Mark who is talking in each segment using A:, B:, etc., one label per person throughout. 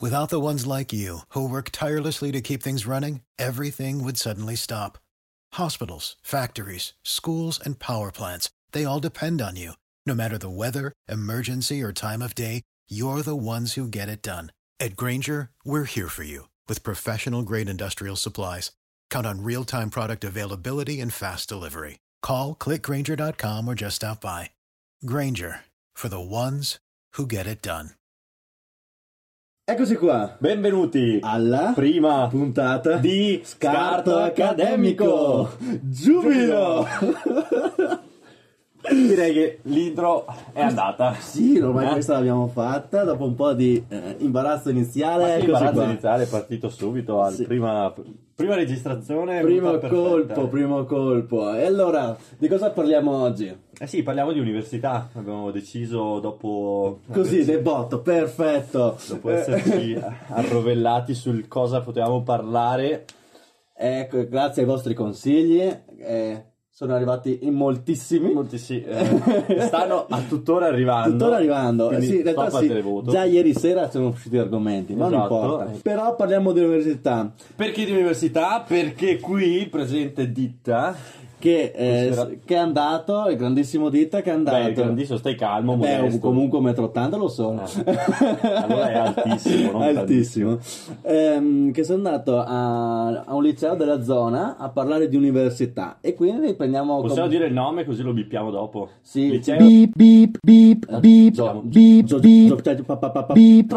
A: Without the ones like you, who work tirelessly to keep things running, everything would suddenly stop. Hospitals, factories, schools, and power plants, they all depend on you. No matter the weather, emergency, or time of day, you're the ones who get it done. At Grainger, we're here for you with professional-grade industrial supplies. Count on real-time product availability and fast delivery. Call, click Grainger.com or just stop by. Grainger, for the ones who get it done.
B: Eccoci qua,
C: Benvenuti
B: alla
C: prima
B: puntata
C: di
B: Scarto Accademico. Giubilo!
C: Direi che l'intro è andata.
B: Sì, ormai questa l'abbiamo fatta dopo un po' di imbarazzo iniziale.
C: Ma
B: Eccoci
C: l'imbarazzo
B: qua.
C: iniziale è partito subito al
B: Sì.
C: prima registrazione.
B: Primo
C: perfetta.
B: colpo. E allora, di cosa parliamo oggi?
C: Eh sì, parliamo di università. Abbiamo deciso dopo
B: Così, del botto, perfetto.
C: dopo esserci arrovellati sul cosa potevamo parlare.
B: Ecco, grazie ai vostri consigli. Sono arrivati in moltissimi.
C: Stanno tuttora arrivando.
B: Quindi
C: Sì,
B: in realtà
C: stop al televoto.
B: già ieri sera sono usciti argomenti, non
C: Esatto.
B: importa. Però parliamo di università,
C: Perché di università? Perché qui presente Ditta.
B: che
C: Considera-
B: è andato, il grandissimo Ditta che è andato.
C: Beh, grandissimo, stai calmo,
B: Beh,
C: modesto.
B: comunque 1,80 m lo sono.
C: Allora è altissimo, non
B: Altissimo. Che sono andato a un liceo della zona a parlare di università e quindi prendiamo
C: Possiamo dire il nome così lo bippiamo dopo.
B: Sì.
C: Liceo.
B: Beep beep beep beep
C: Diciamo-
B: beep beep.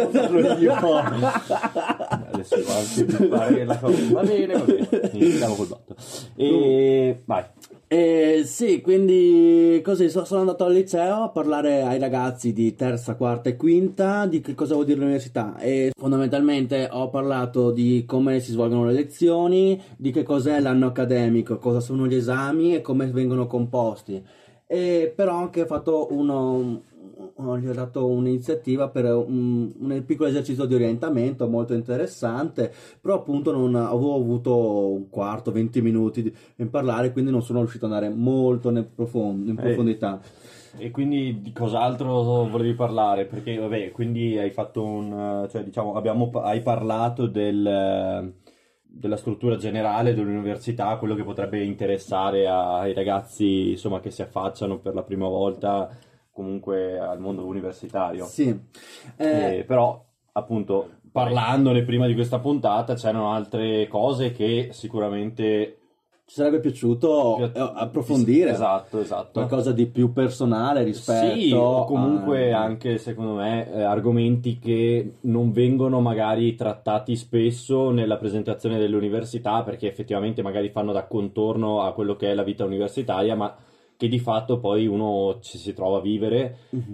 C: Adesso va anche bippare la cosa. Va bene. Iniziamo col botto. E vai.
B: Sì, quindi così sono andato al liceo a parlare ai ragazzi di terza, quarta e quinta di che cosa vuol dire l'università e fondamentalmente ho parlato di come si svolgono le lezioni, di che cos'è l'anno accademico, cosa sono gli esami e come vengono composti. E però anche ho fatto gli ho dato un'iniziativa per un piccolo esercizio di orientamento molto interessante, però appunto non avevo avuto un quarto, 20 minuti in parlare, quindi non sono riuscito ad andare molto in profondità.
C: E quindi di cos'altro volevi parlare? Perché vabbè, quindi hai fatto cioè diciamo hai parlato della struttura generale dell'università, quello che potrebbe interessare ai ragazzi, insomma, che si affacciano per la prima volta comunque al mondo universitario.
B: Sì.
C: Però appunto parlandone prima di questa puntata c'erano altre cose che sicuramente
B: Ci sarebbe piaciuto approfondire.
C: Esatto.
B: Qualcosa di più personale rispetto
C: Sì, o comunque
B: a...
C: anche secondo me argomenti che non vengono magari trattati spesso nella presentazione dell'università, perché effettivamente magari fanno da contorno a quello che è la vita universitaria, ma che di fatto poi uno ci si trova a vivere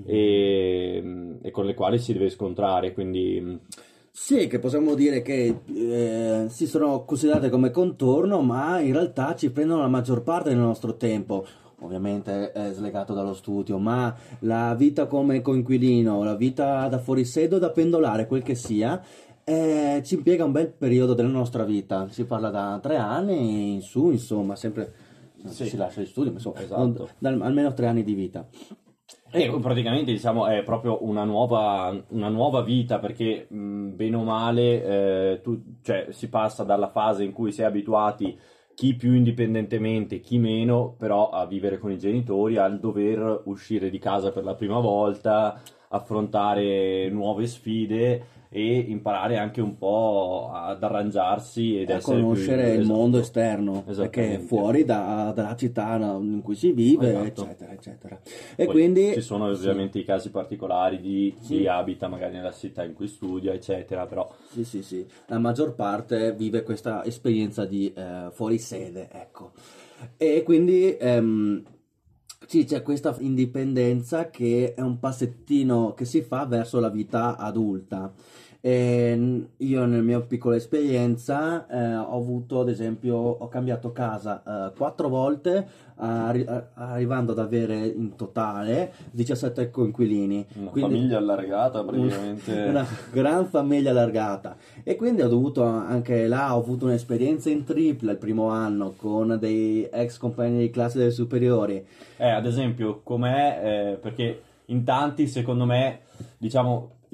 C: e con le quali si deve scontrare, quindi
B: Sì, che possiamo dire che sì, sono considerate come contorno, ma in realtà ci prendono la maggior parte del nostro tempo. Ovviamente è slegato dallo studio, ma la vita come coinquilino, la vita da fuorisede o da pendolare, quel che sia, ci impiega un bel periodo della nostra vita. Si parla da 3 anni in su, insomma, sempre
C: Sì.
B: si lascia gli studi, ma insomma,
C: Esatto.
B: almeno 3 anni di vita.
C: E praticamente diciamo è proprio una nuova vita, perché bene o male cioè, si passa dalla fase in cui si è abituati, chi più indipendentemente, chi meno, però a vivere con i genitori, al dover uscire di casa per la prima volta, affrontare nuove sfide e imparare anche un po' ad arrangiarsi ed
B: A
C: essere
B: conoscere
C: più...
B: il mondo
C: Esatto.
B: esterno, perché è
C: Esattamente.
B: fuori dalla città in cui si vive,
C: Esatto.
B: eccetera, eccetera. E
C: Poi
B: quindi
C: ci sono ovviamente i casi particolari di chi
B: Sì.
C: abita magari nella città in cui studia, eccetera, però
B: sì, la maggior parte vive questa esperienza di fuorisede, ecco. E quindi sì, c'è questa indipendenza che è un passettino che si fa verso la vita adulta. Io nella mia piccola esperienza ho avuto, ad esempio, ho cambiato casa 4 volte, arrivando ad avere in totale 17 coinquilini.
C: una
B: Quindi
C: famiglia allargata praticamente.
B: una gran famiglia allargata. E quindi ho dovuto anche là, ho avuto un'esperienza in tripla il primo anno con dei ex compagni di classe delle superiori.
C: Ad esempio, com'è, perché in tanti, secondo me, diciamo,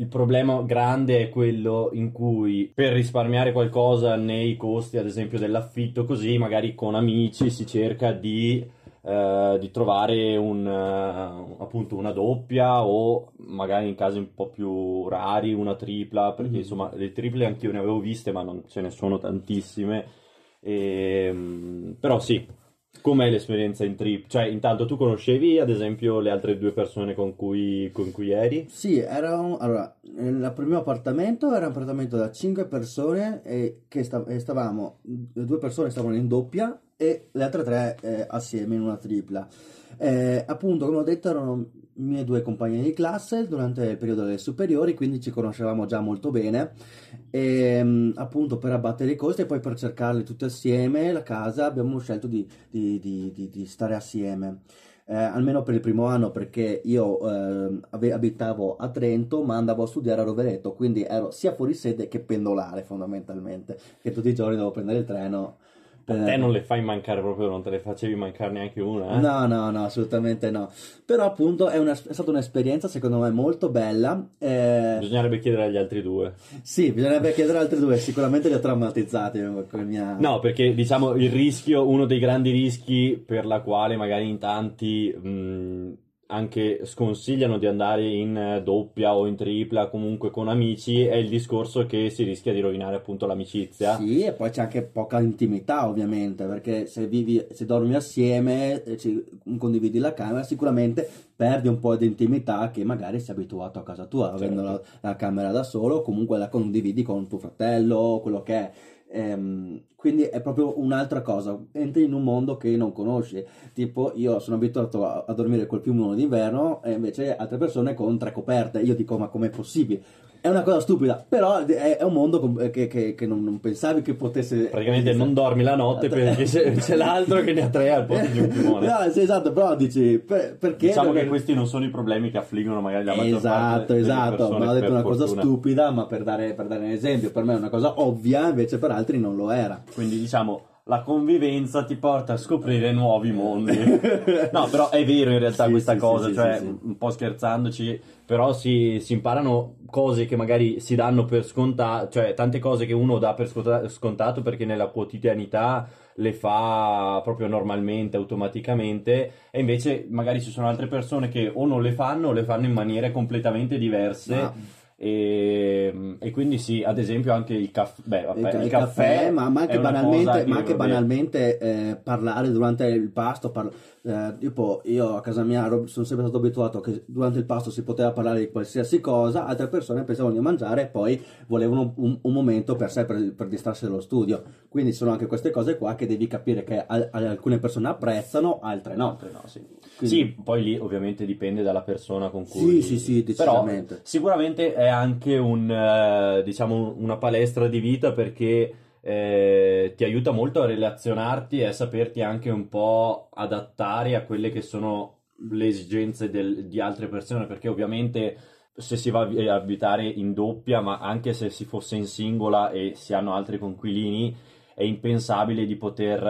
C: il problema grande è quello in cui per risparmiare qualcosa nei costi, ad esempio, dell'affitto, così magari con amici si cerca di trovare appunto una doppia o magari in casi un po' più rari una tripla, perché insomma le triple anch'io ne avevo viste ma non ce ne sono tantissime. Però sì, com'è l'esperienza in trip? Cioè, intanto tu conoscevi ad esempio le altre due persone con cui eri?
B: Sì, allora, il primo appartamento era un appartamento da 5 persone e stavamo, 2 persone stavano in doppia e le altre 3 assieme in una tripla. Appunto, come ho detto, erano i miei 2 compagni di classe durante il periodo delle superiori, quindi ci conoscevamo già molto bene e appunto per abbattere i costi e poi per cercarli tutti assieme la casa abbiamo scelto di stare assieme. Almeno per il primo anno perché io abitavo a Trento ma andavo a studiare a Rovereto, quindi ero sia fuori sede che pendolare fondamentalmente, che tutti i giorni dovevo prendere il treno.
C: A te non le fai mancare proprio, non te ne facevi mancare neanche una, eh?
B: No, no, no, assolutamente no. Però appunto è stata un'esperienza secondo me molto bella.
C: Bisognerebbe chiedere agli altri due.
B: Sì, bisognerebbe chiedere altre due, sicuramente li ho traumatizzati con
C: No, perché diciamo il rischio, uno dei grandi rischi per la quale magari in tanti anche sconsigliano di andare in doppia o in tripla, comunque con amici, è il discorso che si rischia di rovinare appunto l'amicizia.
B: Sì, e poi c'è anche poca intimità ovviamente, perché se dormi assieme, condividi la camera, sicuramente perdi un po' di intimità che magari sei abituato a casa tua, avendo la camera da solo, comunque la condividi con tuo fratello, quello che è. Quindi è proprio un'altra cosa, entri in un mondo che non conosci, tipo io sono abituato a dormire col piumone d'inverno e invece altre persone con 3 coperte, io dico ma com'è possibile? È una cosa stupida, però è un mondo che non pensavi che potesse...
C: Praticamente non dormi la notte perché c'è l'altro che ne ha 3 al posto di un timone.
B: No, sì, esatto, però dici, perché...
C: Diciamo che questi non sono i problemi che affliggono magari la maggior parte delle persone,
B: ma ho detto
C: per
B: una cosa
C: fortuna.
B: stupida, ma per dare un esempio, per me è una cosa ovvia, invece per altri non lo era.
C: Quindi diciamo la convivenza ti porta a scoprire nuovi mondi. No, però è vero in realtà
B: Sì,
C: questa
B: sì,
C: cosa,
B: sì,
C: cioè
B: sì, sì.
C: un po' scherzandoci, però si imparano cose che magari si danno per scontato, cioè tante cose che uno dà per scontato perché nella quotidianità le fa proprio normalmente, automaticamente, e invece magari ci sono altre persone che o non le fanno o le fanno in maniere completamente diverse.
B: Ma-
C: E quindi sì, ad esempio anche il caffè, beh, vabbè,
B: il caffè, ma anche
C: è una cosa che,
B: banalmente,
C: vabbè,
B: parlare durante il pasto. Tipo, io a casa mia sono sempre stato abituato che durante il pasto si poteva parlare di qualsiasi cosa, altre persone pensavano di mangiare e poi volevano un momento per sé, per distrarsi dallo studio. Quindi sono anche queste cose qua che devi capire che alcune persone apprezzano, altre no.
C: no, sì.
B: Quindi-
C: Sì, poi lì ovviamente dipende dalla persona con cui...
B: Sì,
C: Però
B: decisamente.
C: sicuramente è anche diciamo, una palestra di vita perché ti aiuta molto a relazionarti e a saperti anche un po' adattare a quelle che sono le esigenze di altre persone, perché ovviamente se si va a abitare in doppia, ma anche se si fosse in singola e si hanno altri conquilini, è impensabile di poter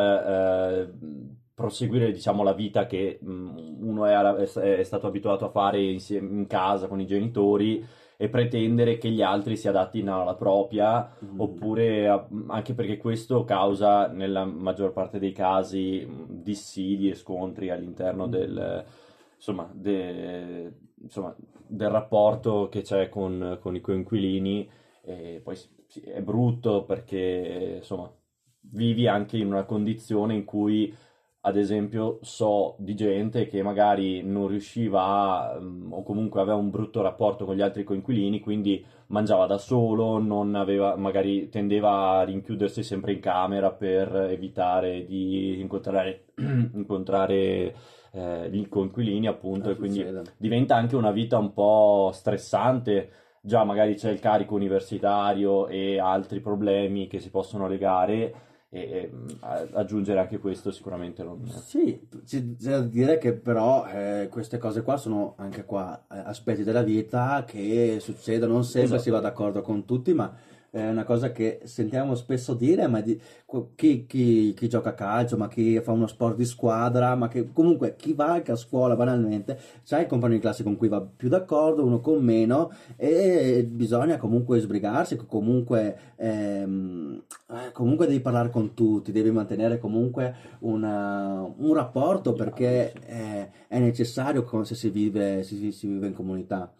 C: proseguire, diciamo, la vita che uno è stato abituato a fare insieme in casa con i genitori e pretendere che gli altri si adattino alla propria, oppure anche perché questo causa nella maggior parte dei casi dissidi e scontri all'interno insomma, del rapporto che c'è con i coinquilini, e poi sì, è brutto perché insomma vivi anche in una condizione in cui ad esempio so di gente che magari non riusciva o comunque aveva un brutto rapporto con gli altri coinquilini, quindi mangiava da solo, non aveva, magari tendeva a rinchiudersi sempre in camera per evitare di incontrare gli coinquilini, appunto, e quindi
B: Succede.
C: diventa anche una vita un po' stressante. Già magari c'è il carico universitario e altri problemi che si possono legare e aggiungere anche questo sicuramente non...
B: Sì, c'è da dire che però queste cose qua sono anche qua aspetti della vita che succedono, non sempre
C: Esatto.
B: si va d'accordo con tutti, ma è una cosa che sentiamo spesso dire, ma chi gioca a calcio, ma chi fa uno sport di squadra, ma che comunque chi va anche a scuola banalmente, c'hai il compagno di classe con cui va più d'accordo, uno con meno, e bisogna comunque sbrigarsi, comunque devi parlare con tutti, devi mantenere comunque un rapporto perché è necessario se si vive in comunità.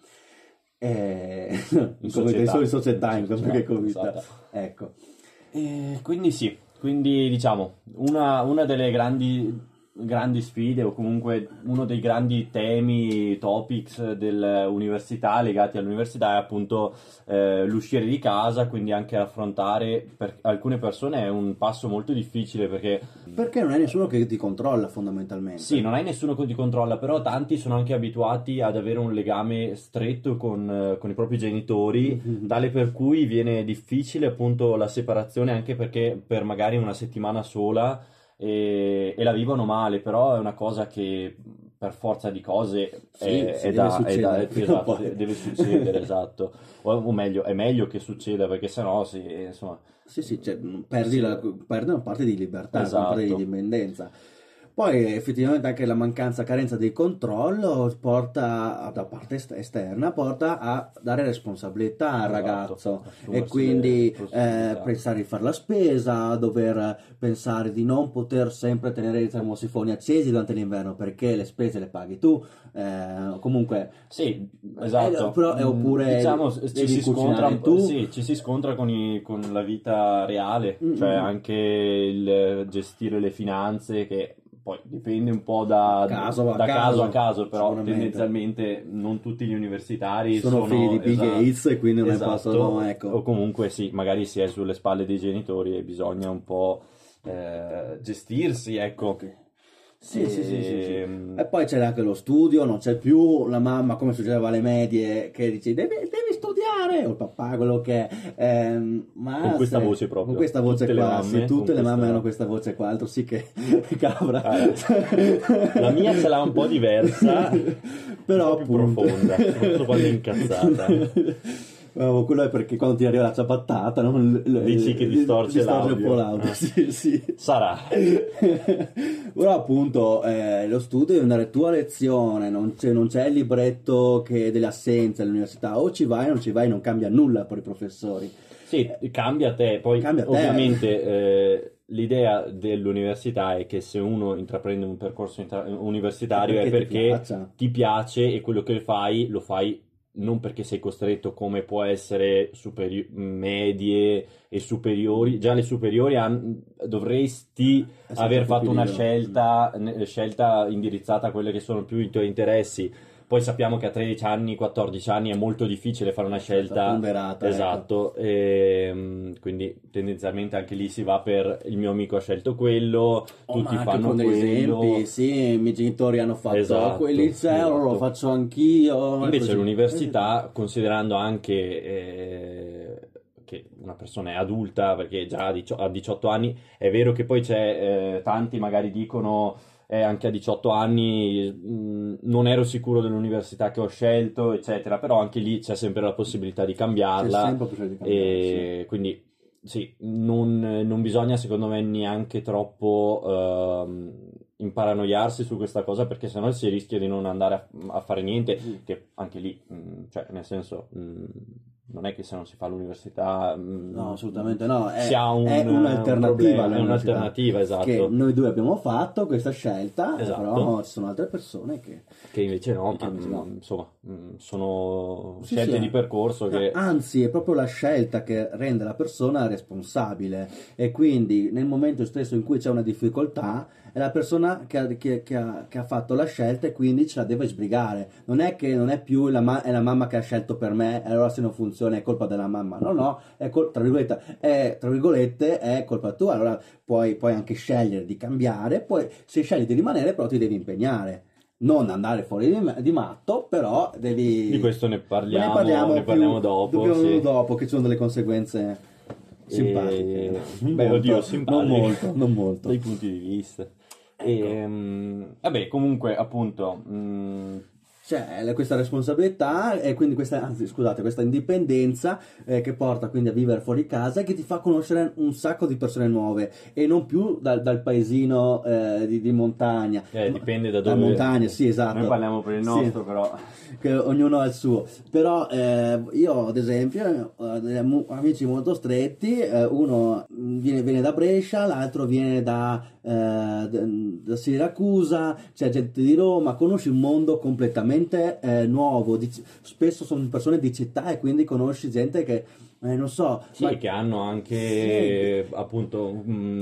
B: In società, in comunità. Ecco.
C: Quindi sì, diciamo una delle grandi sfide, o comunque uno dei grandi topics dell'università, legati all'università, è appunto l'uscire di casa, quindi anche affrontare, per alcune persone è un passo molto difficile
B: perché non hai nessuno che ti controlla fondamentalmente.
C: Sì, non hai nessuno che ti controlla, però tanti sono anche abituati ad avere un legame stretto con i propri genitori, tale per cui viene difficile appunto la separazione, anche perché per magari una settimana sola e la vivono male, però è una cosa che per forza di cose deve succedere, esatto. O meglio, è meglio che succeda, perché sennò insomma...
B: Sì, cioè, perdi una parte di libertà,
C: esatto,
B: una parte di indipendenza. Poi effettivamente anche la carenza di controllo porta, da parte esterna, porta a dare responsabilità al ragazzo, e quindi pensare di fare la spesa, dover pensare di non poter sempre tenere i termosifoni accesi durante l'inverno perché le spese le paghi tu, comunque
C: sì, esatto,
B: oppure
C: diciamo ci si scontra con la vita reale, cioè anche il gestire le finanze, che poi dipende un po' da caso a caso, però tendenzialmente non tutti gli universitari
B: sono figli di Bill Gates, e quindi non possono, ecco.
C: O comunque sì, magari si è sulle spalle dei genitori e bisogna un po' gestirsi, ecco.
B: Sì. E poi c'è anche lo studio, non c'è più la mamma come succedeva alle medie che dice devi studiare, o il papà, quello che è, ma
C: con questa voce proprio,
B: con questa voce qua, tutte le mamme hanno questa voce qua, altro sì che cabra.
C: La mia ce l'ha un po' diversa, però più profonda, soprattutto quando è incazzata.
B: Quello è perché quando ti arriva la ciabattata, no?
C: Dici che distorce
B: un po' l'audio. Sì.
C: Sarà.
B: Però appunto lo studio devi andare tu a lezione, non c'è il libretto delle assenze all'università, o ci vai o non ci vai, non cambia nulla per i professori.
C: Sì, cambia a te, poi ovviamente l'idea dell'università è che se uno intraprende un percorso universitario è perché ti piace, e quello che fai lo fai non perché sei costretto, come può essere medie e superiori. Già le superiori dovresti aver fatto una scelta indirizzata a quelle che sono più i tuoi interessi. Poi sappiamo che a 13 anni, 14 anni è molto difficile fare una scelta
B: ponderata.
C: Esatto, ecco. Quindi tendenzialmente anche lì si va per il mio amico ha scelto quello, tutti fanno
B: con
C: quello.
B: Esempi, sì, i miei genitori hanno fatto quel liceo, lo faccio anch'io.
C: Invece l'università, considerando anche che una persona è adulta, perché già a 18 anni, è vero che poi c'è tanti magari dicono anche a 18 anni non ero sicuro dell'università che ho scelto, eccetera, però anche lì c'è sempre la possibilità di cambiarla,
B: c'è sempre la possibilità di cambiarla, sì.
C: Quindi sì, non bisogna secondo me neanche troppo imparanoiarsi su questa cosa, perché sennò si rischia di non andare a fare niente, che anche lì, cioè nel senso... non è che se non si fa l'università
B: no, assolutamente no,
C: si ha
B: è un'alternativa,
C: è un'alternativa, esatto,
B: che noi due abbiamo fatto questa scelta,
C: esatto.
B: Però ci sono altre persone che
C: invece no, insomma sono scelte di percorso che...
B: anzi è proprio la scelta che rende la persona responsabile, e quindi nel momento stesso in cui c'è una difficoltà è la persona che ha fatto la scelta, e quindi ce la deve sbrigare. Non è che non è più è la mamma che ha scelto per me, e allora se non funziona è colpa della mamma. No, è tra virgolette è colpa tua. Allora puoi anche scegliere di cambiare, poi se scegli di rimanere però ti devi impegnare. Non andare fuori di matto, però devi...
C: Di questo ne parliamo dopo.
B: Dopo, che ci sono delle conseguenze simpatiche.
C: Simpatiche.
B: Non molto.
C: Dai punti di vista. Vabbè, comunque appunto
B: c'è questa responsabilità e quindi questa indipendenza che porta quindi a vivere fuori casa e che ti fa conoscere un sacco di persone nuove e non più dal paesino di montagna.
C: Dipende da
B: Da
C: dove.
B: montagna, sì, esatto.
C: Noi parliamo per il nostro,
B: Sì,
C: però.
B: che ognuno ha il suo. Però io, ad esempio, ho degli amici molto stretti, uno viene da Brescia, l'altro viene da Siracusa, c'è gente di Roma, conosci un mondo completamente nuovo. Spesso sono persone di città e quindi conosci gente che non so,
C: Sì, che hanno anche appunto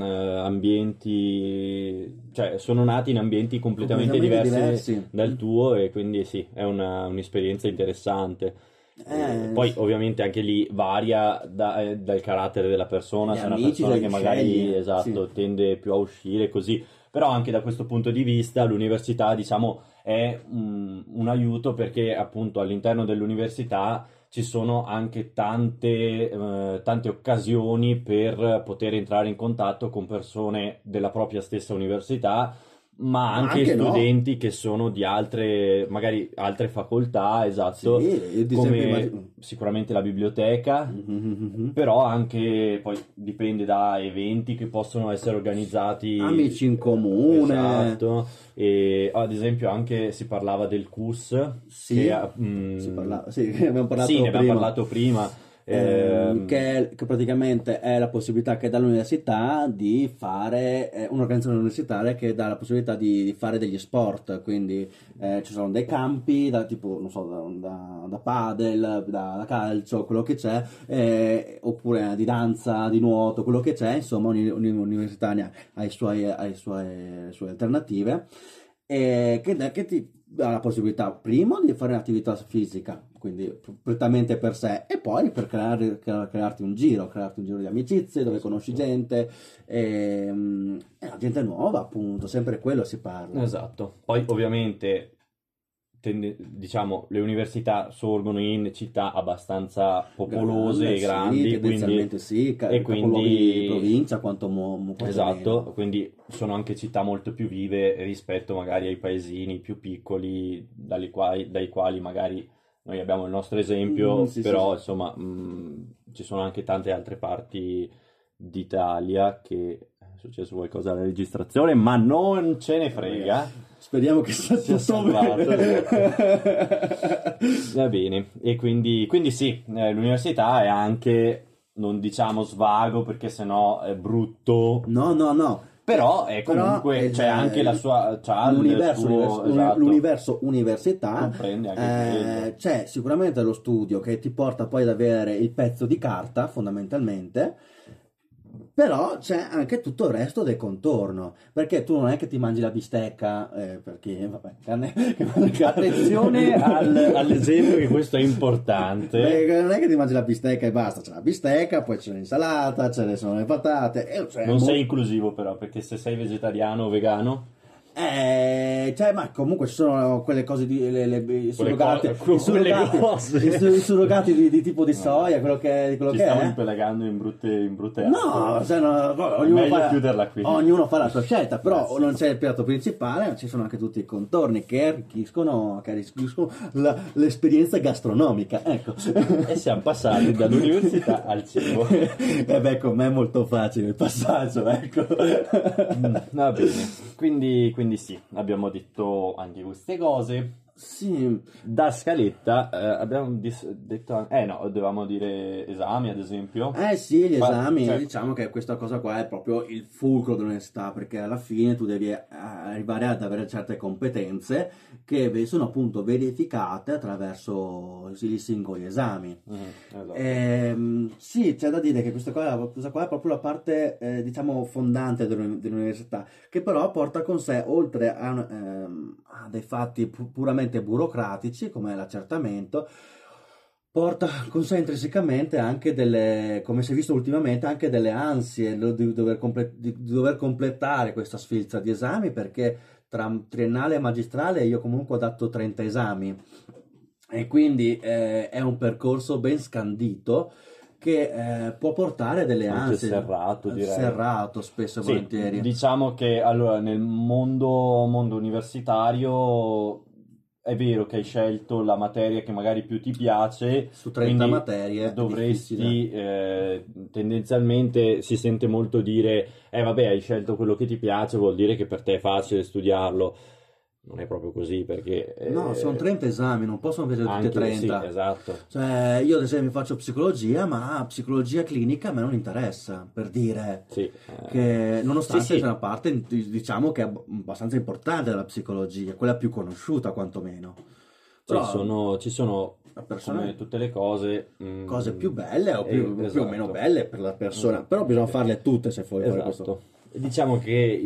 C: ambienti, cioè sono nati in ambienti completamente diversi dal tuo e quindi sì, è un'esperienza interessante. Poi ovviamente anche lì varia dal carattere della persona,
B: Gli
C: se è una
B: amici
C: persona
B: li
C: che magari
B: scegli,
C: esatto,
B: sì.
C: tende più a uscire così, però anche da questo punto di vista l'università diciamo è un aiuto perché appunto all'interno dell'università ci sono anche tante occasioni per poter entrare in contatto con persone della propria stessa università, ma anche
B: anche no.
C: studenti che sono di magari altre facoltà, esatto,
B: Sì, io ti
C: come sicuramente la biblioteca,
B: Mhm.
C: però anche poi dipende da eventi che possono essere organizzati.
B: Amici in comune.
C: Esatto, e ad esempio anche si parlava del CUS,
B: Sì,
C: che,
B: sì, abbiamo parlato
C: sì, ne abbiamo
B: prima.
C: parlato prima.
B: Che praticamente è la possibilità che dà l'università di fare un'organizzazione universitaria che dà la possibilità di fare degli sport, quindi ci sono dei campi tipo non so da padel, da calcio, quello che c'è, oppure di danza, di nuoto, quello che c'è, insomma un'università ha le sue alternative che ti dà la possibilità primo di fare un'attività fisica, quindi prettamente per sé, e poi per crearti un giro di amicizie dove conosci gente e la gente nuova, appunto, sempre quello si parla.
C: Esatto, poi ovviamente diciamo le università sorgono in città abbastanza popolose e
B: Sì,
C: grandi, quindi
B: tendenzialmente sì,
C: e
B: capoluoghi
C: quindi
B: di provincia quanto quanto
C: esatto,
B: meno.
C: quindi sono anche città molto più vive rispetto magari ai paesini più piccoli dai quali magari noi abbiamo il nostro esempio,
B: Sì,
C: però
B: sì.
C: insomma ci sono anche tante altre parti d'Italia che è successo qualcosa alla registrazione, ma non ce ne frega.
B: Speriamo che sia
C: Sia
B: tutto
C: salvato,
B: bene.
C: Va bene, e quindi sì, l'università è anche, non diciamo svago perché sennò è brutto,
B: No.
C: però è comunque, c'è anche la sua, c'ha il suo, esatto,
B: l'universo università,
C: comprende anche quello.
B: c'è sicuramente lo studio che ti porta poi ad avere il pezzo di carta, fondamentalmente, però c'è anche tutto il resto del contorno, perché tu non è che ti mangi la bistecca, perché, vabbè,
C: Attenzione all'esempio che questo è importante.
B: Non è che ti mangi la bistecca e basta, c'è la bistecca, poi c'è l'insalata, ce ne sono le patate.
C: Non sei inclusivo però, perché se sei vegetariano o vegano...
B: ma comunque ci sono quelle cose i surrogati,
C: cose.
B: i surrogati di tipo di soia, quello che
C: Ci
B: è.
C: stiamo impelagando in brutte
B: No,
C: meglio chiuderla qui.
B: ognuno fa la sua scelta, però non c'è il piatto principale, ma ci sono anche tutti i contorni che arricchiscono l'esperienza gastronomica, ecco.
C: E siamo passati dall'università al cibo.
B: E beh, con me è molto facile il passaggio, ecco.
C: Va bene, quindi sì, abbiamo detto anche queste cose.
B: Sì.
C: Da scaletta abbiamo detto... no, dovevamo dire esami ad esempio.
B: Sì, gli esami,
C: cioè,
B: diciamo che questa cosa qua è proprio il fulcro dell'università, perché alla fine tu devi arrivare ad avere certe competenze che sono appunto verificate attraverso i singoli esami.
C: esatto.
B: Sì, c'è da dire che questa qua è proprio la parte, diciamo, fondante dell'università, che però porta con sé, oltre a dei fatti puramente burocratici, come l'accertamento, porta con sé intrinsecamente anche come si è visto ultimamente, anche delle ansie di dover completare questa sfilza di esami, perché tra triennale e magistrale io comunque ho dato 30 esami e quindi è un percorso ben scandito che può portare delle
C: anche
B: ansie.
C: serrato, direi.
B: Serrato, spesso e
C: Sì,
B: volentieri.
C: diciamo che allora nel mondo universitario è vero che hai scelto la materia che magari più ti piace,
B: Su 30
C: quindi
B: materie è
C: dovresti tendenzialmente si sente molto dire vabbè, hai scelto quello che ti piace, vuol dire che per te è facile studiarlo. Non è proprio così, perché
B: No, sono 30 esami, non possono piacere tutti e
C: anche sì,
B: 30.
C: esatto.
B: Cioè, io ad esempio faccio psicologia, ma psicologia clinica a me non interessa, per dire
C: Sì,
B: che nonostante
C: sì, sì.
B: sia una parte, diciamo, che è abbastanza importante della psicologia, quella più conosciuta quantomeno. Però
C: Ci sono
B: la persona
C: come tutte le cose,
B: cose più belle o più o
C: esatto.
B: meno belle per la persona,
C: Esatto.
B: però bisogna farle tutte se vuoi fare
C: Esatto.
B: questo.
C: Diciamo che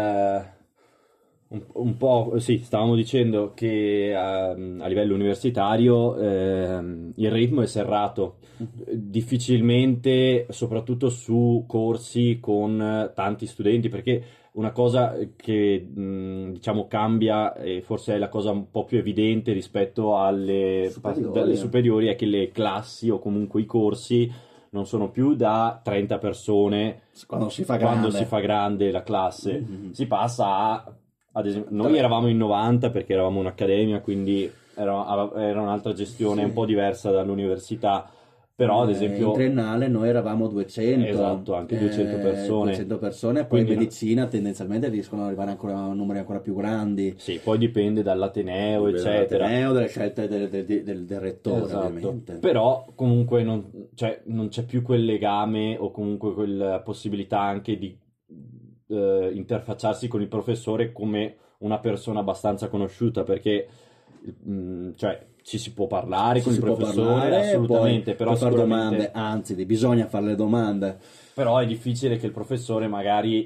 C: un po', sì, stavamo dicendo che a livello universitario il ritmo è serrato, difficilmente, soprattutto su corsi con tanti studenti, perché una cosa che diciamo cambia, e forse è la cosa un po' più evidente rispetto alle dalle superiori, è che le classi o comunque i corsi non sono più da 30 persone
B: Quando si fa
C: quando
B: grande.
C: si fa grande la classe,
B: Mhm.
C: si passa ad esempio, noi eravamo in 90 perché eravamo un'accademia, quindi era un'altra gestione
B: Sì.
C: un po' diversa dall'università, però ad esempio
B: in triennale noi eravamo 200,
C: esatto, anche 200 persone.
B: 200 persone, poi
C: Quindi
B: in medicina tendenzialmente riescono ad arrivare ancora a numeri ancora più grandi.
C: sì, poi dipende dall'ateneo, eccetera.
B: Dall'ateneo, dalle scelte del rettore,
C: Esatto.
B: ovviamente.
C: Però comunque non c'è più quel legame o comunque quella possibilità anche di interfacciarsi con il professore come una persona abbastanza conosciuta, perché cioè ci si può parlare con il professore assolutamente, però
B: puoi fare
C: sicuramente
B: domande, anzi bisogna fare le domande.
C: però è difficile che il professore magari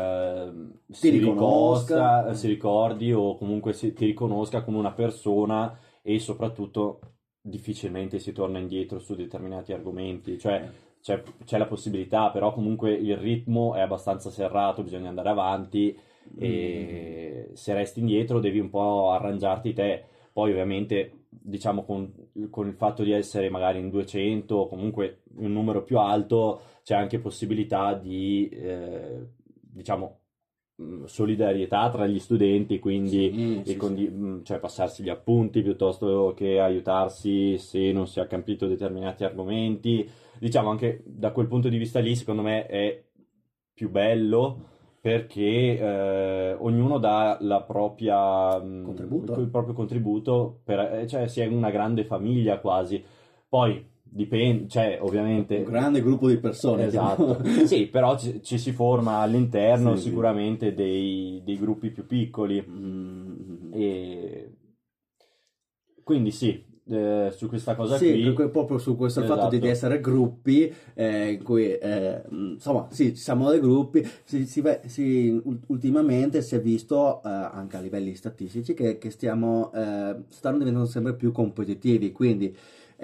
B: Ti riconosca.
C: si ricordi o comunque ti riconosca come una persona, e soprattutto difficilmente si torna indietro su determinati argomenti, cioè c'è la possibilità, però comunque il ritmo è abbastanza serrato, bisogna andare avanti e se resti indietro devi un po' arrangiarti te. Poi ovviamente diciamo con il fatto di essere magari in 200 o comunque un numero più alto c'è anche possibilità di diciamo solidarietà tra gli studenti, quindi cioè passarsi gli appunti piuttosto che aiutarsi se non si è capito determinati argomenti. Diciamo anche da quel punto di vista lì secondo me è più bello perché ognuno dà la propria
B: Contributo.
C: il proprio contributo cioè si è una grande famiglia quasi. Poi dipende, cioè ovviamente
B: Un grande gruppo di persone.
C: esatto. Sì, però ci si forma all'interno
B: Sì, sì.
C: sicuramente dei gruppi più piccoli e quindi sì, su questa cosa
B: Sì,
C: qui
B: proprio su questo il fatto di
C: esatto.
B: essere gruppi, in cui insomma sì, ci siamo dei gruppi, ultimamente si è visto anche a livelli statistici che stanno diventando sempre più competitivi, quindi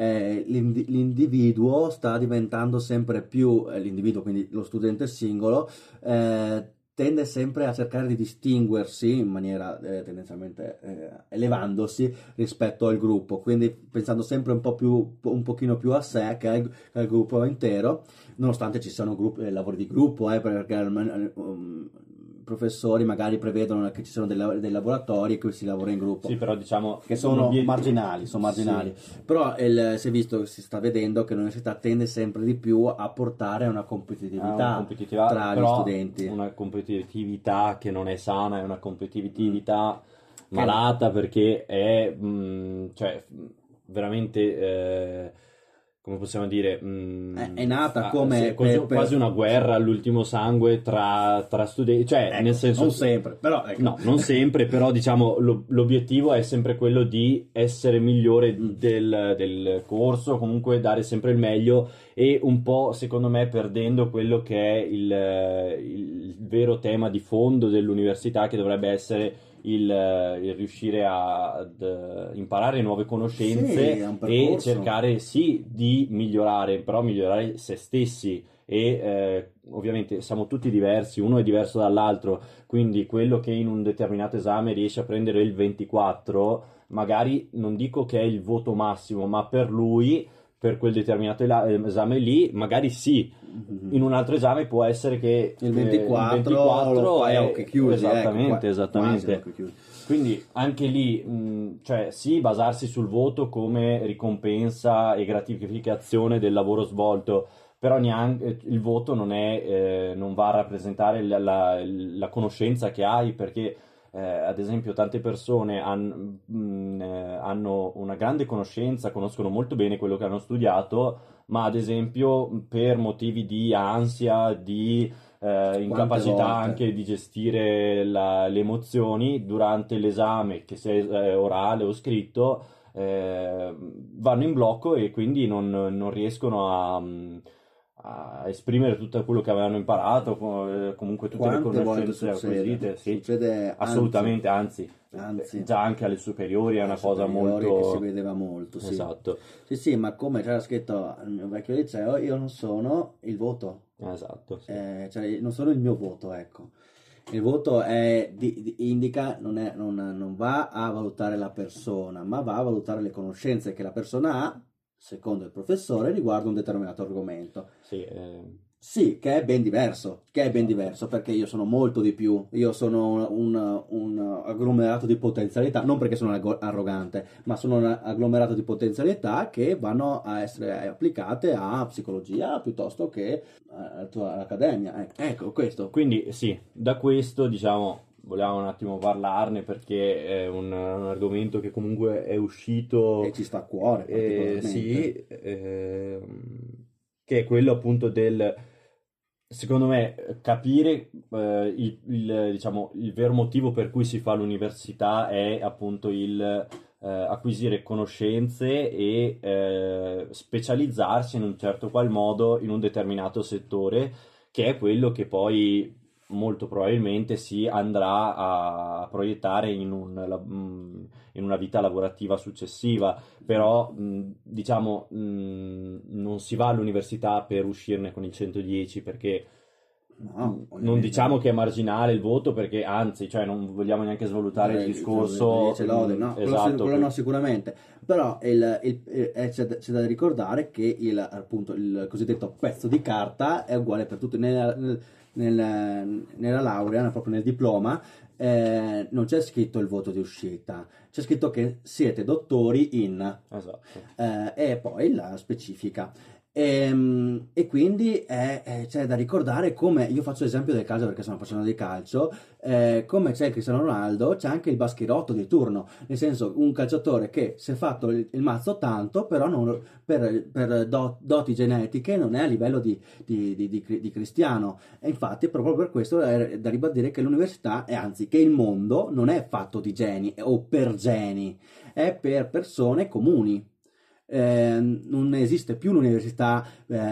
B: l'individuo sta diventando sempre più, l'individuo, quindi lo studente singolo, tende sempre a cercare di distinguersi in maniera tendenzialmente elevandosi rispetto al gruppo, quindi pensando sempre un pochino più a sé che al gruppo intero, nonostante ci siano lavori di gruppo, perché professori magari prevedono che ci siano dei laboratori e che si lavora in gruppo.
C: Sì, però diciamo
B: che sono marginali, Sì. Però si sta vedendo che l'università tende sempre di più a portare a una competitività tra gli studenti.
C: Una competitività che non è sana, è una competitività malata, perché è cioè veramente come possiamo dire
B: è nata come
C: quasi una guerra all'ultimo sangue tra studenti, cioè nel senso
B: non sempre, però
C: no, non sempre, però diciamo l'obiettivo è sempre quello di essere migliore del corso, comunque dare sempre il meglio, e un po' secondo me perdendo quello che è il vero tema di fondo dell'università, che dovrebbe essere il riuscire ad imparare nuove conoscenze e cercare sì di migliorare, però migliorare se stessi, e ovviamente siamo tutti diversi, uno è diverso dall'altro, quindi quello che in un determinato esame riesce a prendere il 24 magari non dico che è il voto massimo, ma per lui, per quel determinato esame lì, magari sì. In un altro esame può essere che
B: il 24 lo fai a occhi chiusi.
C: Esattamente.
B: Quindi
C: Quindi anche lì, cioè sì, basarsi sul voto come ricompensa e gratificazione del lavoro svolto, però neanche il voto non va a rappresentare la conoscenza che hai, perché ad esempio tante persone hanno una grande conoscenza, conoscono molto bene quello che hanno studiato, ma ad esempio per motivi di ansia, di incapacità
B: volte?
C: anche di gestire le emozioni durante l'esame, che sia orale o scritto, vanno in blocco e quindi non riescono a esprimere tutto quello che avevano imparato, comunque tutte le
B: Quante volte
C: conoscenze
B: succede?
C: acquisite. Sì,
B: Succede,
C: assolutamente, anzi,
B: anzi,
C: già anche alle superiori è una cosa
B: superiori che si
C: molto...
B: vedeva molto, sì.
C: Esatto,
B: Sì, sì, ma come c'era scritto al mio vecchio liceo, io non sono il voto.
C: esatto, sì.
B: Cioè non sono il mio voto, ecco. Il voto indica, non va a valutare la persona, ma va a valutare le conoscenze che la persona ha, secondo il professore, riguardo un determinato argomento.
C: Sì,
B: Sì, che è ben diverso,
C: esatto.
B: perché io sono molto di più, io sono un agglomerato di potenzialità, non perché sono arrogante, ma sono un agglomerato di potenzialità che vanno a essere applicate a psicologia piuttosto che all'accademia. Ecco, questo.
C: Quindi sì, da questo diciamo volevamo un attimo parlarne perché è un argomento che comunque è uscito,
B: E ci sta a cuore particolarmente.
C: sì, che è quello appunto del, secondo me, capire diciamo, il vero motivo per cui si fa l'università è appunto il acquisire conoscenze e specializzarsi in un certo qual modo in un determinato settore, che è quello che poi molto probabilmente si andrà a proiettare in una vita lavorativa successiva. Però diciamo non si va all'università per uscirne con il 110, perché
B: No,
C: non diciamo che è marginale il voto, perché anzi, cioè non vogliamo neanche svalutare il discorso.
B: Ce l'ho, no,
C: Esatto,
B: quello no, sicuramente. Però c'è da ricordare che appunto, il cosiddetto pezzo di carta è uguale per tutti. Nella laurea, proprio nel diploma, non c'è scritto il voto di uscita, c'è scritto che siete dottori in,
C: esatto.
B: e poi la specifica. E quindi c'è da ricordare come, io faccio l'esempio del calcio perché sono appassionato di calcio, come c'è il Cristiano Ronaldo, c'è anche il baschirotto di turno, nel senso un calciatore che si è fatto il mazzo tanto, però per doti genetiche non è a livello di Cristiano, e infatti proprio per questo è da ribadire che l'università, e anzi che il mondo non è fatto di geni o per geni, è per persone comuni. Non esiste più l'università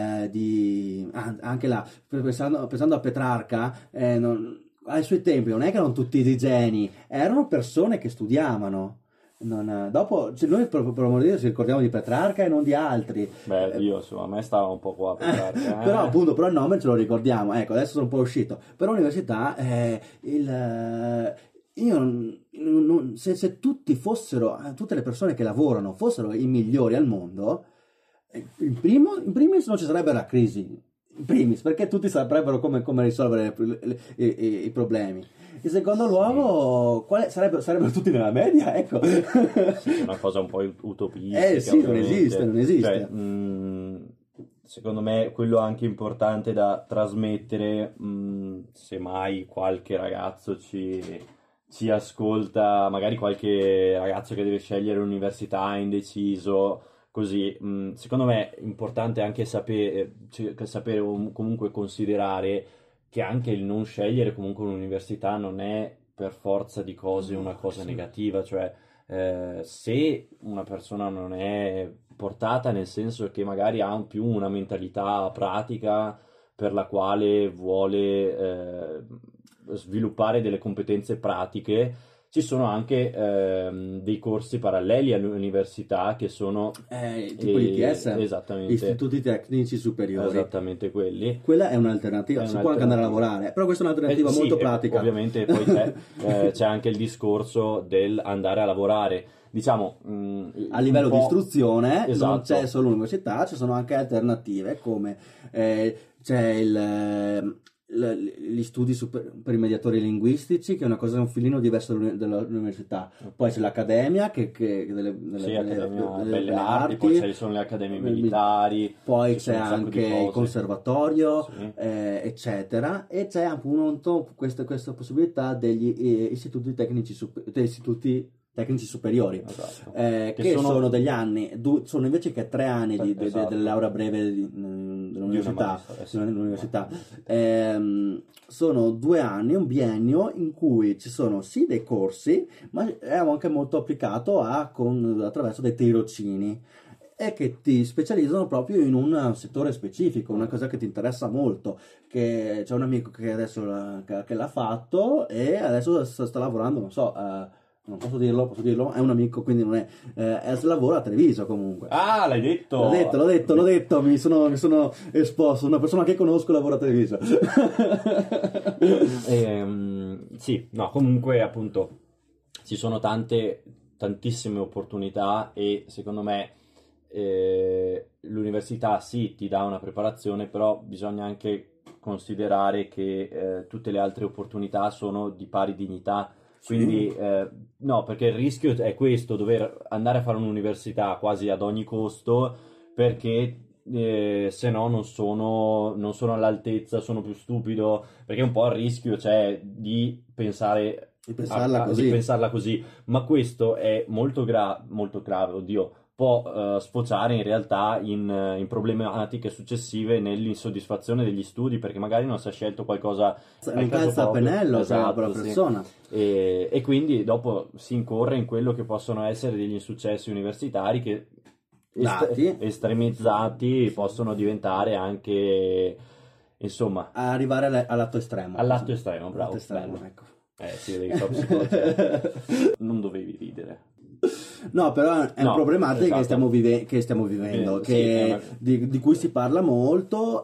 B: anche là, pensando a Petrarca, ai suoi tempi non è che erano tutti di geni, erano persone che studiavano. Dopo, cioè, noi per amor di Dio ci ricordiamo di Petrarca e non di altri.
C: Beh, io insomma, a me stava un po' qua Petrarca,
B: Però appunto, però il nome ce lo ricordiamo. Ecco, adesso sono un po' uscito. Però l'università, se tutti fossero, tutte le persone che lavorano fossero i migliori al mondo, in primis non ci sarebbe la crisi, in primis, perché tutti saprebbero come risolvere i problemi. In secondo luogo, sarebbero tutti nella media, ecco.
C: Sì, è una cosa un po' utopistica.
B: Sì, non
C: ovviamente.
B: esiste.
C: Cioè, secondo me quello anche importante da trasmettere, se mai qualche ragazzo ci ascolta, magari qualche ragazzo che deve scegliere l'università indeciso, così, secondo me è importante anche sapere o comunque considerare che anche il non scegliere comunque un'università non è per forza di cose una cosa negativa, cioè se una persona non è portata, nel senso che magari ha più una mentalità pratica per la quale vuole sviluppare delle competenze pratiche, ci sono anche dei corsi paralleli all'università che sono
B: tipo l'ITS,
C: esattamente,
B: istituti tecnici superiori.
C: Esattamente quelli.
B: Quella è un'alternativa, si può anche andare a lavorare, però questa è un'alternativa molto pratica.
C: Ovviamente poi c'è anche il discorso del andare a lavorare. Diciamo
B: a livello di istruzione,
C: esatto.
B: Non c'è solo l'università, ci sono anche alternative come c'è gli studi per i mediatori linguistici, che è una cosa un filino diversa dall'università. Poi c'è l'accademia, che
C: accademia Belle Arti, poi ci sono le accademie militari,
B: poi c'è anche il conservatorio,
C: sì.
B: Eccetera, e c'è appunto questa possibilità degli istituti tecnici superiori,
C: esatto.
B: che sono degli anni, sono invece che 3 anni
C: esatto.
B: della laurea breve dell'università. Sono 2 anni, un biennio in cui ci sono sì dei corsi, ma è anche molto applicato attraverso dei tirocini, e che ti specializzano proprio in un settore specifico, una cosa che ti interessa molto. Che c'è un amico che adesso che l'ha fatto e adesso sta lavorando, non so, non posso dirlo, è un amico, quindi non è, lavora a Treviso comunque.
C: Ah, l'hai detto!
B: L'ho detto, mi sono esposto, una persona che conosco lavora a Treviso.
C: Sì, no, comunque appunto ci sono tantissime opportunità, e secondo me l'università sì ti dà una preparazione, però bisogna anche considerare che tutte le altre opportunità sono di pari dignità. Quindi no, perché il rischio è questo, dover andare a fare un'università quasi ad ogni costo, perché se no non sono all'altezza, sono più stupido, perché un po' il rischio c'è di pensarla così, ma questo è molto grave, oddio, può sfociare in realtà in problematiche successive nell'insoddisfazione degli studi, perché magari non si è scelto qualcosa
B: un calza a pennello,
C: esatto,
B: per la persona.
C: sì. E quindi dopo si incorre in quello che possono essere degli insuccessi universitari che estremizzati possono diventare anche, insomma,
B: arrivare all'atto estremo.
C: All'atto estremo, bravo.
B: Ecco.
C: Si vede che sono psicologia. Non dovevi ridere.
B: No, però è una problematica, esatto, che stiamo vivendo, di cui si parla molto,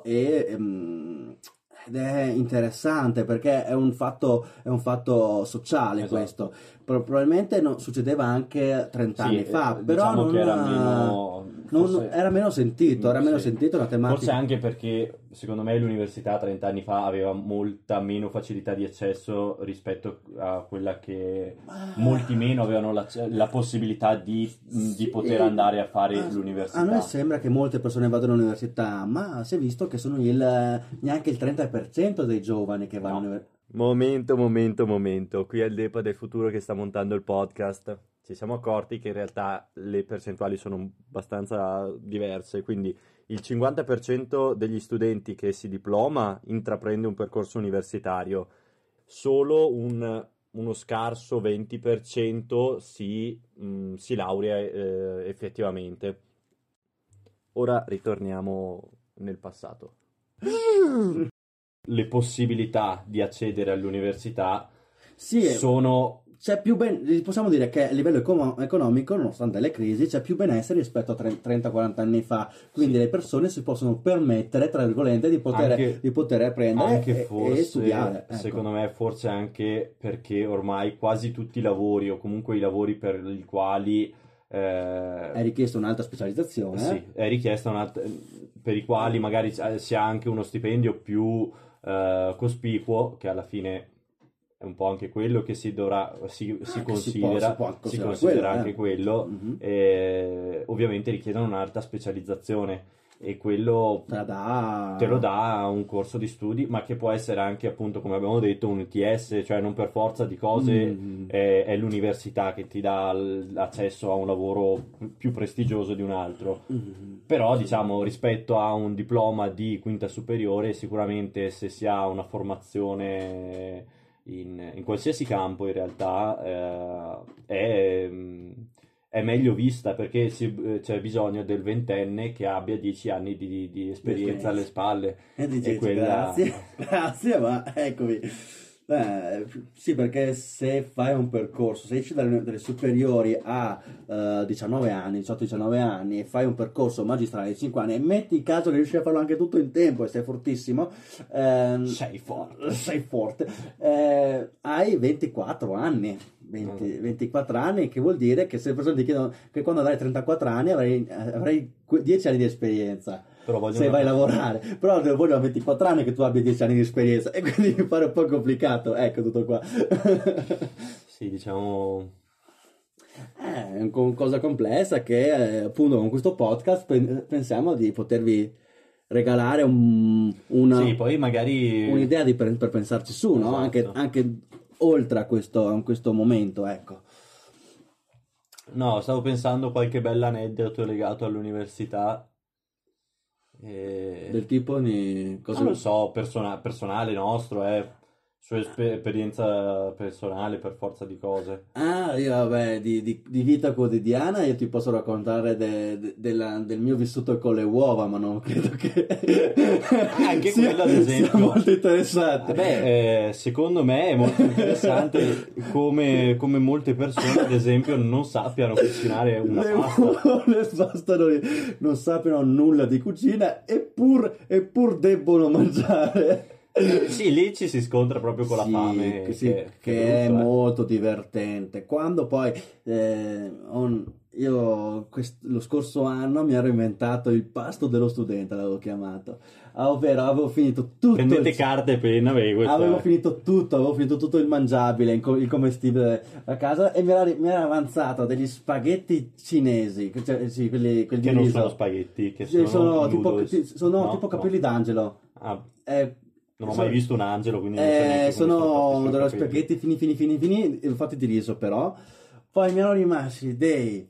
B: ed è interessante perché è un fatto sociale, esatto. Questo probabilmente succedeva anche 30 anni fa, però
C: diciamo che era
B: meno sentito, una tematica.
C: Forse anche perché secondo me l'università 30 anni fa aveva molta meno facilità di accesso rispetto a quella che molti meno avevano la possibilità di poter andare a fare l'università.
B: A noi sembra che molte persone vadano all'università, ma si è visto che sono neanche il 30% dei giovani che vanno all'università.
C: Momento. Qui è il Depa del futuro che sta montando il podcast. Ci siamo accorti che in realtà le percentuali sono abbastanza diverse, quindi il 50% degli studenti che si diploma intraprende un percorso universitario, solo uno scarso 20% si laurea effettivamente. Ora ritorniamo nel passato. Le possibilità di accedere all'università sono...
B: possiamo dire che a livello economico, nonostante le crisi, c'è più benessere rispetto a 30-40 anni fa, quindi le persone si possono permettere, tra virgolette, di poter apprendere
C: anche
B: e studiare. Ecco.
C: Secondo me forse anche perché ormai quasi tutti i lavori, o comunque i lavori per i quali
B: è richiesta un'alta specializzazione.
C: Sì, è richiesta un'alta, per i quali magari si ha anche uno stipendio più cospicuo, che alla fine è un po' anche quello che si considera anche quello. Mm-hmm. Ovviamente richiedono un'alta specializzazione, e quello te lo dà un corso di studi, ma che può essere anche, appunto, come abbiamo detto, un ITS, cioè non per forza di cose è l'università che ti dà l'accesso a un lavoro più prestigioso di un altro. Però diciamo, rispetto a un diploma di quinta superiore, sicuramente se si ha una formazione in qualsiasi campo in realtà è meglio vista, perché c'è bisogno del ventenne che abbia 10 anni di esperienza alle spalle.
B: Grazie, ma eccomi. Sì, perché se fai un percorso, se esci dalle superiori a 19 anni, 18-19 anni, e fai un percorso magistrale di 5 anni, e metti in caso che riesci a farlo anche tutto in tempo e sei fortissimo, sei forte, hai 24 anni. 24 anni, che vuol dire che se le persone ti chiedono che quando avrai 34 anni avrai 10 anni di esperienza.
C: Però vogliono
B: se vai a lavorare, però vogliono 24 anni che tu abbia 10 anni di esperienza e quindi mi pare un po' complicato, ecco tutto qua.
C: Sì, diciamo...
B: È una cosa complessa che appunto con questo podcast pensiamo di potervi regalare
C: Sì, poi magari...
B: un'idea per pensarci su, no?
C: Esatto.
B: Anche oltre a questo momento, ecco.
C: No, stavo pensando qualche bell'aneddoto legato all'università.
B: Del tipo di cosa...
C: Non lo so, personale nostro, sua esperienza personale per forza di cose.
B: Ah, io vabbè, di vita quotidiana io ti posso raccontare del mio vissuto con le uova, ma non credo che
C: Anche quello, ad esempio.
B: sia molto interessante.
C: Vabbè, secondo me è molto interessante come molte persone, ad esempio, non sappiano cucinare una
B: Le
C: pasta.
B: uova non sappiano nulla di cucina eppur debbono mangiare.
C: Sì, lì ci si scontra proprio con la
B: Sì,
C: fame,
B: sì,
C: che
B: è
C: brutto,
B: molto divertente. Quando poi io lo scorso anno mi ero inventato il pasto dello studente, l'avevo chiamato, ovvero avevo finito tutto
C: Prendete carta e penna,
B: avevo finito tutto il mangiabile, il commestibile a casa e mi era avanzato degli spaghetti cinesi, cioè, sì, quelli
C: che
B: di
C: non
B: riso.
C: sono spaghetti, che
B: Sì,
C: sono
B: tipo,
C: noodles. No,
B: tipo
C: no.
B: capelli d'angelo.
C: Ah,
B: Eh,
C: non ho mai visto un angelo, quindi non so neanche come
B: sono
C: fatti sui
B: dello
C: capelli.
B: spaghetti fini, fatti di riso però. Poi mi erano rimasti dei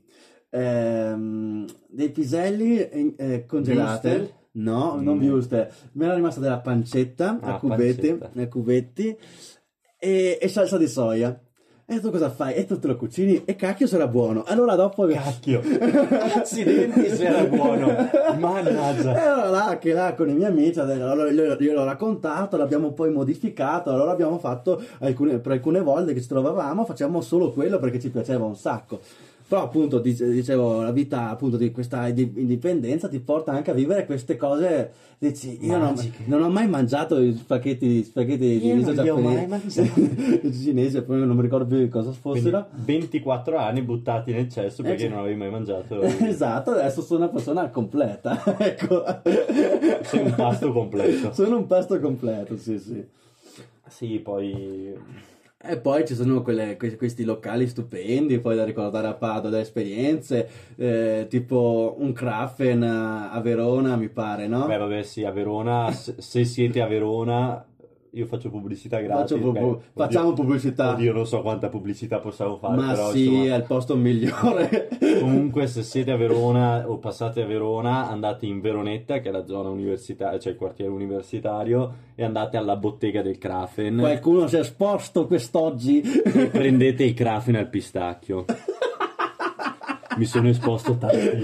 B: piselli congelati.
C: Wurstel?
B: No, non wurstel. Mi era rimasta della pancetta a
C: pancetta.
B: cubetti e salsa di soia. E tu cosa fai? E tu te lo cucini e cacchio sarà buono. Allora dopo...
C: Cacchio! Accidenti se era buono! Mannaggia!
B: E allora là con i miei amici, allora io l'ho raccontato, l'abbiamo poi modificato, allora abbiamo fatto per alcune volte che ci trovavamo, facciamo solo quello perché ci piaceva un sacco. Però appunto dicevo, la vita appunto di questa indipendenza ti porta anche a vivere queste cose, dici, io non ho mai mangiato gli spaghetti di riso
C: non li ho mai
B: giapponesi, cinesi, poi non mi ricordo più cosa fossero.
C: Quindi 24 anni buttati nel cesso perché
B: sì.
C: non avevi mai mangiato.
B: Esatto, adesso sono una persona completa, ecco.
C: Sei un pasto completo.
B: Sono un pasto completo, sì.
C: Sì, poi...
B: E poi ci sono questi locali stupendi, poi da ricordare a Padova, da esperienze, tipo un Krafen a Verona, mi pare, no?
C: Beh, vabbè, sì, a Verona, se siete a Verona, io faccio pubblicità gratis.
B: Facciamo pubblicità.
C: Oddio, non so quanta pubblicità possiamo fare,
B: Ma
C: però
B: sì,
C: insomma,
B: è il posto migliore.
C: comunque se siete a Verona o passate a Verona, andate in Veronetta, che è la zona universitaria, cioè il quartiere universitario, e andate alla bottega del Krafen
B: Qualcuno si è esposto quest'oggi.
C: e prendete il Krafen al pistacchio. Mi sono esposto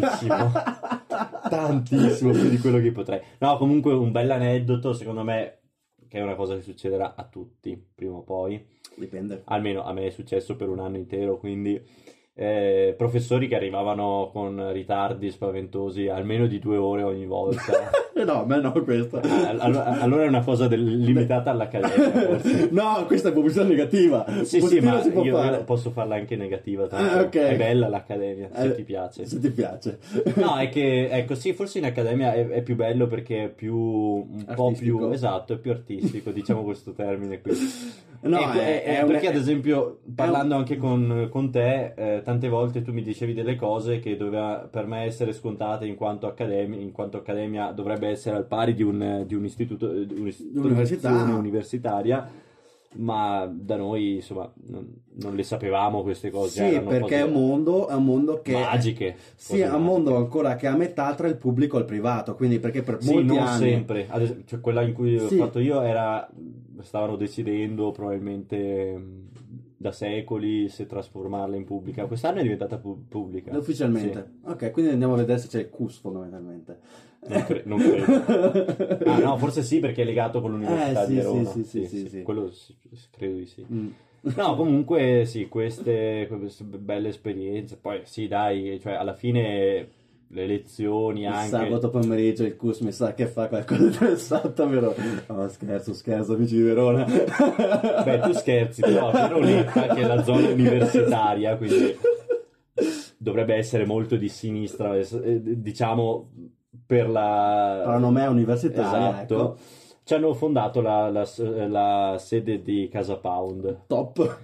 C: tantissimo più di quello che potrei. No, comunque un bel aneddoto, secondo me, che è una cosa che succederà a tutti, prima o poi.
B: Dipende.
C: Almeno a me è successo per un anno intero, quindi professori che arrivavano con ritardi spaventosi almeno di 2 ore ogni volta.
B: No, a me no, questa.
C: Allora è una cosa limitata all'accademia, forse.
B: No, questa è pubblicità negativa.
C: Sì,
B: Positiva
C: ma
B: si può
C: io
B: fare.
C: posso farla anche negativa, tanto
B: Ok.
C: è bella l'accademia, se ti piace.
B: Se ti piace.
C: No, è che, ecco, sì, forse in accademia è più bello perché è più, un po'
B: Artistico.
C: più, esatto, è più artistico, diciamo questo termine qui.
B: No,
C: Perché ad esempio, parlando anche con te, tante volte tu mi dicevi delle cose che doveva per me essere scontate in quanto accademia dovrebbe essere al pari di un istituto, di un'istituzione universitaria, ma da noi insomma non le sapevamo queste cose.
B: Sì,
C: erano
B: perché è
C: cose
B: un mondo che
C: magiche.
B: sì, è un mondo ancora che è a metà tra il pubblico e il privato, quindi perché per molti
C: non
B: anni
C: sempre. Ad esempio, cioè, quella in cui
B: Sì.
C: ho fatto io stavano decidendo probabilmente da secoli se trasformarla in pubblica. Quest'anno è diventata pubblica.
B: ufficialmente. Ok, quindi andiamo a vedere se c'è il CUS fondamentalmente.
C: Non credo. Ah, no, forse sì, perché è legato con l'Università
B: sì,
C: di Verona.
B: sì.
C: Quello credo di sì.
B: Mm.
C: No, comunque sì, queste belle esperienze. Poi sì, dai, cioè alla fine le lezioni
B: Il
C: anche.
B: sabato pomeriggio il CUS mi sa che fa qualcosa di interessante a Verona. No, scherzo, amici di Verona.
C: Beh, tu scherzi, però Veronetta, che è la zona universitaria, quindi dovrebbe essere molto di sinistra, diciamo per la
B: nomea universitaria,
C: esatto,
B: ecco.
C: ci hanno fondato la sede di Casa Pound.
B: Top.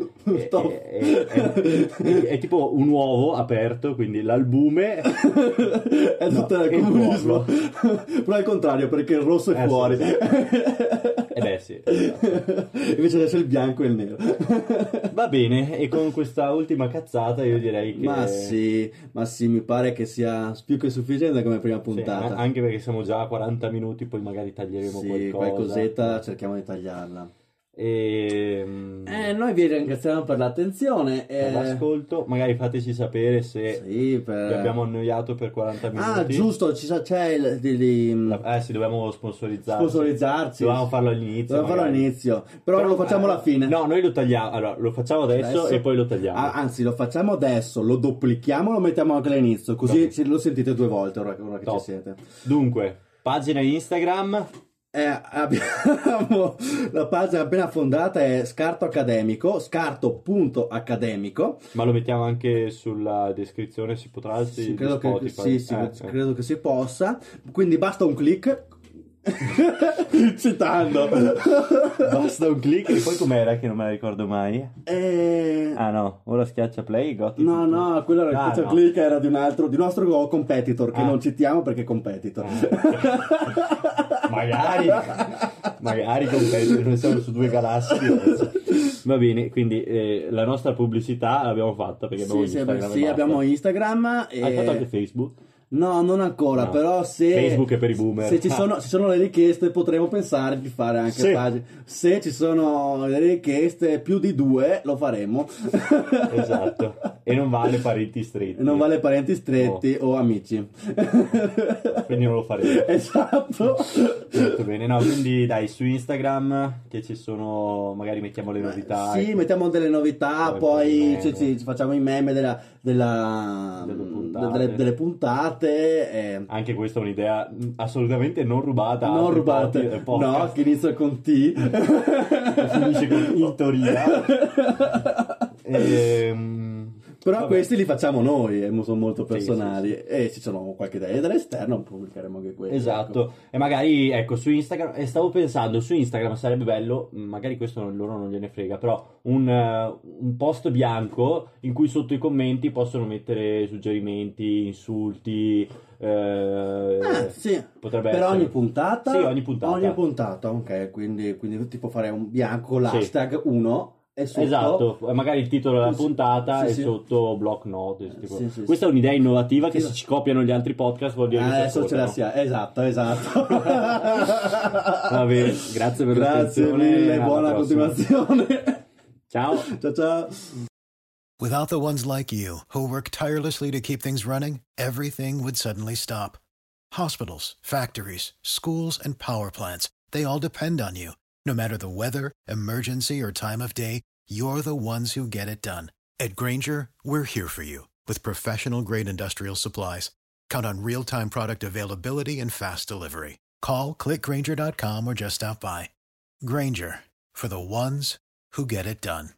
C: È tipo un uovo aperto, quindi l'albume
B: è tutto il comunismo. Però è il contrario, perché il rosso è fuori.
C: Sì, sì. Esatto.
B: Invece adesso il bianco e il nero.
C: Va bene, e con questa ultima cazzata io direi che...
B: Ma sì, mi pare che sia più che sufficiente come prima puntata.
C: Sì, anche perché siamo già a 40 minuti, poi magari taglieremo
B: qualcosetta, cerchiamo di tagliarla.
C: Noi
B: Noi vi ringraziamo per l'attenzione.
C: Per l'ascolto, magari fateci sapere se vi abbiamo annoiato per 40 minuti.
B: Ah, giusto, c'è
C: sì, dobbiamo sponsorizzarci. Dovevamo farlo all'inizio.
B: Però lo facciamo alla fine.
C: No, noi lo tagliamo. Allora, lo facciamo adesso e poi lo tagliamo.
B: Anzi, lo facciamo adesso, lo duplichiamo e lo mettiamo anche all'inizio. Così lo sentite 2 volte ora che ci siete.
C: Dunque, pagina Instagram.
B: Abbiamo la pagina appena fondata, è Scarto Accademico, scarto.accademico.
C: Ma lo mettiamo anche sulla descrizione, si potrà?
B: Sì, credo che si possa. Quindi basta un click. Citando,
C: basta un click. E poi com'era che non me la ricordo mai? Ah no, ora schiaccia play.
B: No, quello era il click, era di nostro competitor che non citiamo perché è competitor. magari competitor, noi siamo su 2 galassie. Va bene, quindi la nostra pubblicità l'abbiamo fatta perché abbiamo Instagram. Sì, abbiamo Instagram.
C: Hai fatto anche Facebook?
B: No, non ancora, no. Però se
C: Facebook è per i boomer.
B: Se ci sono le richieste potremo pensare di fare anche pagine. Se ci sono le richieste più di 2 lo faremo.
C: Esatto. E non vale parenti stretti.
B: O amici.
C: Quindi non lo faremo.
B: Esatto.
C: Molto bene. No, quindi dai, su Instagram che ci sono, magari mettiamo le novità.
B: Sì, mettiamo delle novità, poi ci facciamo i meme delle puntate.
C: Anche questa è un'idea assolutamente non rubata.
B: No, che inizia con T e
C: finisce con in teoria.
B: Però questi li facciamo noi e sono molto personali. Sì. E se ci sono qualche idea dall'esterno pubblicheremo anche quelli.
C: Esatto, ecco. E magari su Instagram, e stavo pensando, su Instagram sarebbe bello, magari questo loro non gliene frega, però un post bianco in cui sotto i commenti possono mettere suggerimenti, insulti.
B: Sì,
C: potrebbe
B: per
C: essere...
B: ogni puntata.
C: Sì, ogni puntata,
B: ok, quindi tipo fare un bianco con l'hashtag 1.
C: Esatto, magari il titolo della puntata e sotto block note. Questa è un'idea innovativa che se ci copiano gli altri podcast vuol dire che
B: adesso ce la sia. Esatto.
C: Va bene, grazie per l'attenzione.
B: Grazie mille, buona continuazione.
C: Ciao.
B: Ciao.
A: Without the ones like you who work tirelessly to keep things running, everything would suddenly stop. Hospitals, factories, schools, and power plants, they all depend on you. No matter the weather, emergency, or time of day, you're the ones who get it done. At Grainger, we're here for you with professional-grade industrial supplies. Count on real-time product availability and fast delivery. Call, click Grainger.com, or just stop by. Grainger, for the ones who get it done.